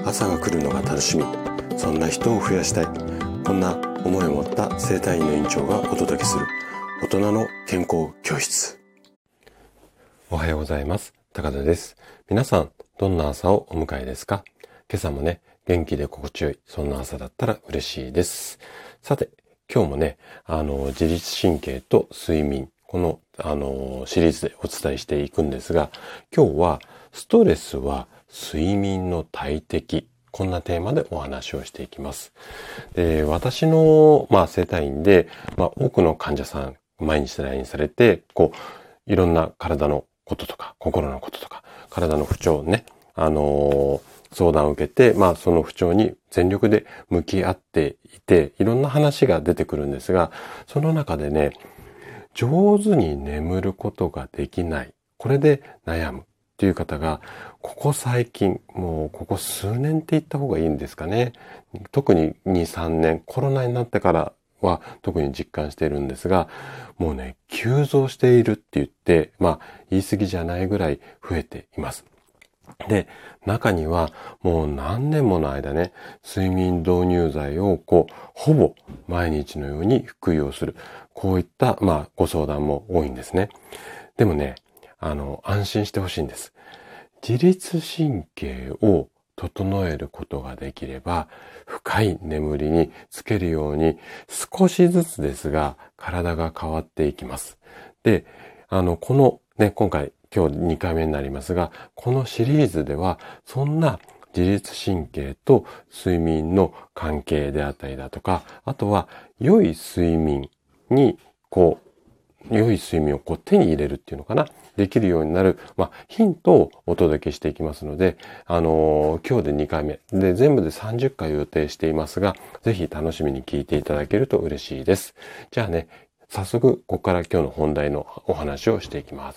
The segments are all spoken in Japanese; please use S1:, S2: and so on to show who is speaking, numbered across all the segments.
S1: 朝が来るのが楽しみ、そんな人を増やしたい、こんな思いを持った整体院の院長がお届けする大人の健康教室。おはようございます。高田です。皆さんどんな朝をお迎えですか？今朝もね、元気で心地よい、そんな朝だったら嬉しいです。さて、今日もね、自律神経と睡眠、この、シリーズでお伝えしていくんですが、今日はストレスは睡眠の大敵、こんなテーマでお話をしていきます。で、私の、整体院で、多くの患者さん、毎日来院されて、いろんな体のこととか、心のこととか、体の不調ね、相談を受けて、その不調に全力で向き合っていて、いろんな話が出てくるんですが、その中でね、上手に眠ることができない。これで悩むっていう方が、ここ最近、もうここ数年って言った方がいいんですかね。特に2、3年、コロナになってからは特に実感しているんですが、もうね、急増しているって言って、言い過ぎじゃないぐらい増えています。で、中にはもう何年もの間ね、睡眠導入剤をほぼ毎日のように服用する。こういった、ご相談も多いんですね。でもね、安心してほしいんです。自律神経を整えることができれば、深い眠りにつけるように少しずつですが、体が変わっていきます。で、このね、今日2回目になりますが、このシリーズでは、そんな自律神経と睡眠の関係であったりだとか、あとは良い睡眠を手に入れるっていうのかな、できるようになる、ヒントをお届けしていきますので、今日で2回目で全部で30回予定していますが、ぜひ楽しみに聞いていただけると嬉しいです。じゃあね、早速ここから今日の本題のお話をしていきます。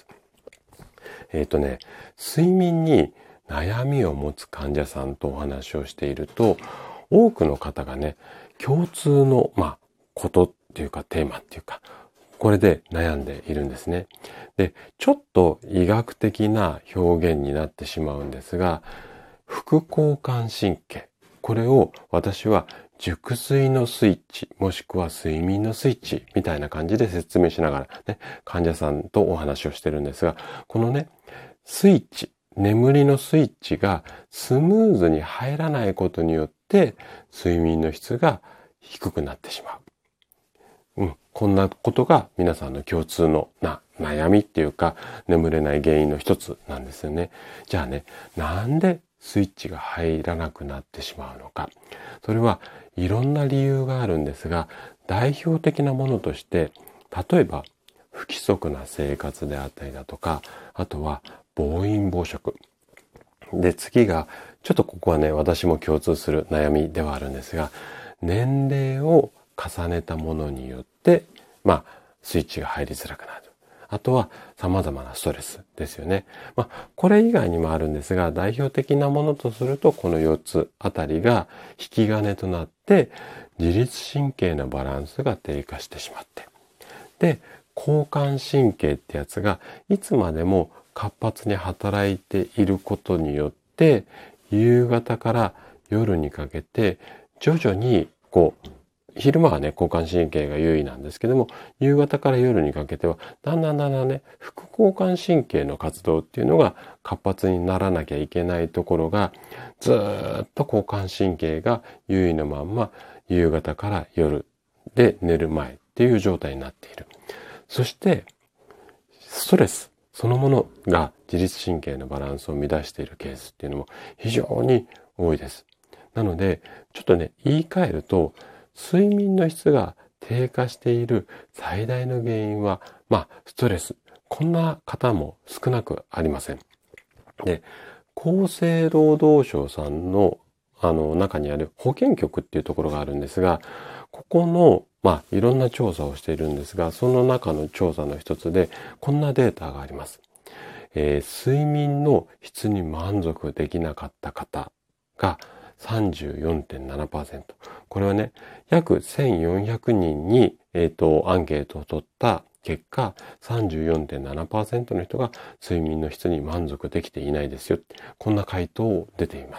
S1: 睡眠に悩みを持つ患者さんとお話をしていると、多くの方がね、共通の、ことっていうかテーマっていうか、これで悩んでいるんですね。で、ちょっと医学的な表現になってしまうんですが、副交感神経。これを私は熟睡のスイッチ、もしくは睡眠のスイッチみたいな感じで説明しながらね、患者さんとお話をしてるんですが、このね、スイッチ、眠りのスイッチがスムーズに入らないことによって、睡眠の質が低くなってしまう。こんなことが皆さんの共通の悩みっていうか、眠れない原因の一つなんですよね。じゃあね、なんでスイッチが入らなくなってしまうのか。それはいろんな理由があるんですが、代表的なものとして、例えば不規則な生活であったりだとか、あとは暴飲暴食。で、次が、ちょっとここはね、私も共通する悩みではあるんですが、年齢を重ねたものによって、スイッチが入りづらくなる。あとは様々なストレスですよね。これ以外にもあるんですが、代表的なものとすると、この4つあたりが引き金となって、自律神経のバランスが低下してしまって。で、交感神経ってやつがいつまでも活発に働いていることによって、夕方から夜にかけて徐々に昼間はね、交感神経が優位なんですけども、夕方から夜にかけては、だんだんね、副交感神経の活動っていうのが活発にならなきゃいけないところが、ずーっと交感神経が優位のまんま、夕方から夜で寝る前っていう状態になっている。そして、ストレスそのものが自律神経のバランスを乱しているケースっていうのも非常に多いです。なので、ちょっとね、言い換えると、睡眠の質が低下している最大の原因は、ストレス。こんな方も少なくありません。で、厚生労働省さんの中にある保健局っていうところがあるんですが、ここのいろんな調査をしているんですが、その中の調査の一つでこんなデータがあります。睡眠の質に満足できなかった方が34.7%。これはね、約1400人に、アンケートを取った結果、34.7% の人が睡眠の質に満足できていないですよ。こんな回答を出ています。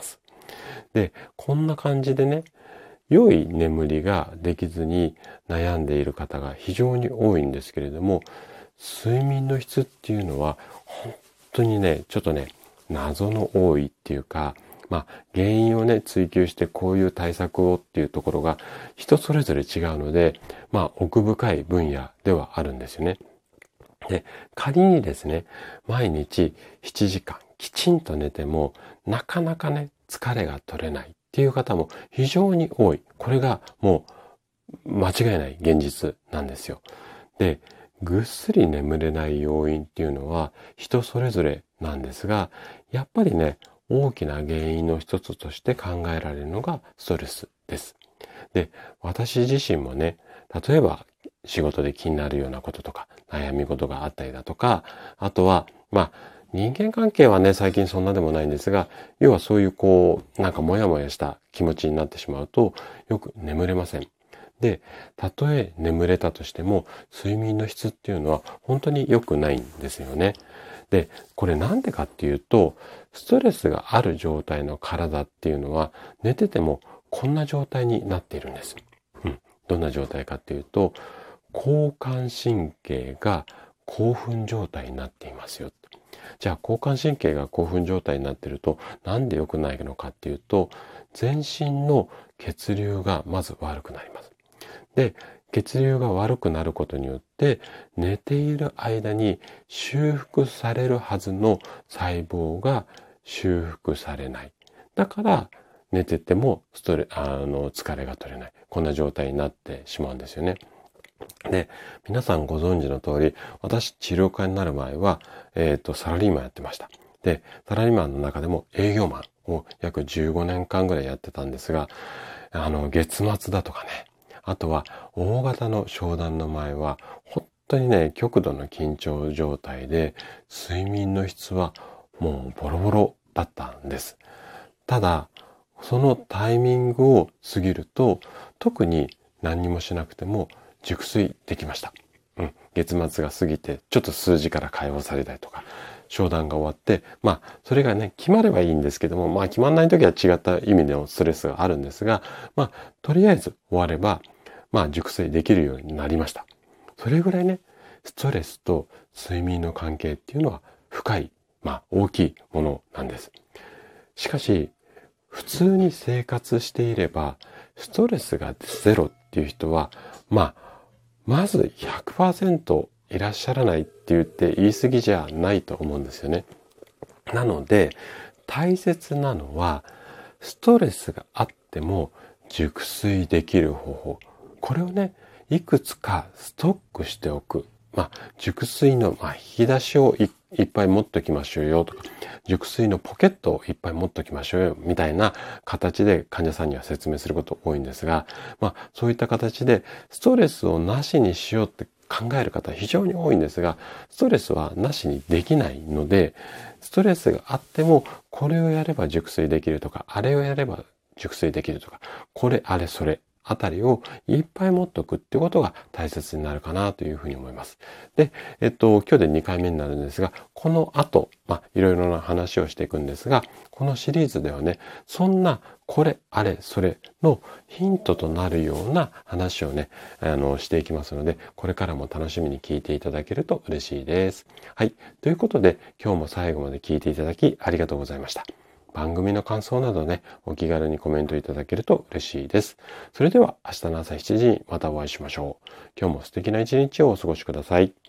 S1: で、こんな感じでね、良い眠りができずに悩んでいる方が非常に多いんですけれども、睡眠の質っていうのは本当にね、ちょっとね、謎の多いっていうか、原因をね、追求してこういう対策をっていうところが人それぞれ違うので、奥深い分野ではあるんですよね。で、仮にですね、毎日7時間きちんと寝ても、なかなかね、疲れが取れないっていう方も非常に多い。これがもう間違いない現実なんですよ。で、ぐっすり眠れない要因っていうのは人それぞれなんですが、やっぱりね、大きな原因の一つとして考えられるのがストレスです。で、私自身もね、例えば仕事で気になるようなこととか、悩み事があったりだとか、あとは、人間関係はね、最近そんなでもないんですが、要はそういうモヤモヤした気持ちになってしまうと、よく眠れません。で、たとえ眠れたとしても、睡眠の質っていうのは本当に良くないんですよね。で、これなんでかっていうと、ストレスがある状態の体っていうのは、寝ててもこんな状態になっているんです。どんな状態かっていうと、交感神経が興奮状態になっていますよ。じゃあ交感神経が興奮状態になっているとなんで良くないのかっていうと、全身の血流がまず悪くなります。で、血流が悪くなることによって寝ている間に修復されるはずの細胞が修復されない。だから寝てても疲れが取れない。こんな状態になってしまうんですよね。で、皆さんご存知の通り、私治療家になる前は、サラリーマンやってました。で、サラリーマンの中でも営業マンを約15年間ぐらいやってたんですが、月末だとかね、あとは大型の商談の前は、本当にね、極度の緊張状態で、睡眠の質はもうボロボロだったんです。ただ、そのタイミングを過ぎると、特に何にもしなくても熟睡できました。月末が過ぎて、ちょっと数字から解放されたりとか、商談が終わって、それがね、決まればいいんですけども、決まんない時は違った意味でのストレスがあるんですが、とりあえず終われば、熟睡できるようになりました。それぐらいね、ストレスと睡眠の関係っていうのは深い、大きいものなんです。しかし、普通に生活していれば、ストレスがゼロっていう人は、まず 100% いらっしゃらないって言って言い過ぎじゃないと思うんですよね。なので、大切なのは、ストレスがあっても熟睡できる方法。これをね、いくつかストックしておく。熟睡の、引き出しをいっぱい持っときましょうよとか、熟睡のポケットをいっぱい持っときましょうよみたいな形で患者さんには説明すること多いんですが、そういった形でストレスをなしにしようって考える方非常に多いんですが、ストレスはなしにできないので、ストレスがあってもこれをやれば熟睡できるとか、あれをやれば熟睡できるとか、これあれそれあたりをいっぱい持っておくってことが大切になるかなというふうに思います。で、今日で2回目になるんですが、この後、いろいろな話をしていくんですが、このシリーズではね、そんなこれ、あれ、それのヒントとなるような話をね、していきますので、これからも楽しみに聞いていただけると嬉しいです。はい。ということで、今日も最後まで聞いていただきありがとうございました。番組の感想などね、お気軽にコメントいただけると嬉しいです。それでは明日の朝7時にまたお会いしましょう。今日も素敵な一日をお過ごしください。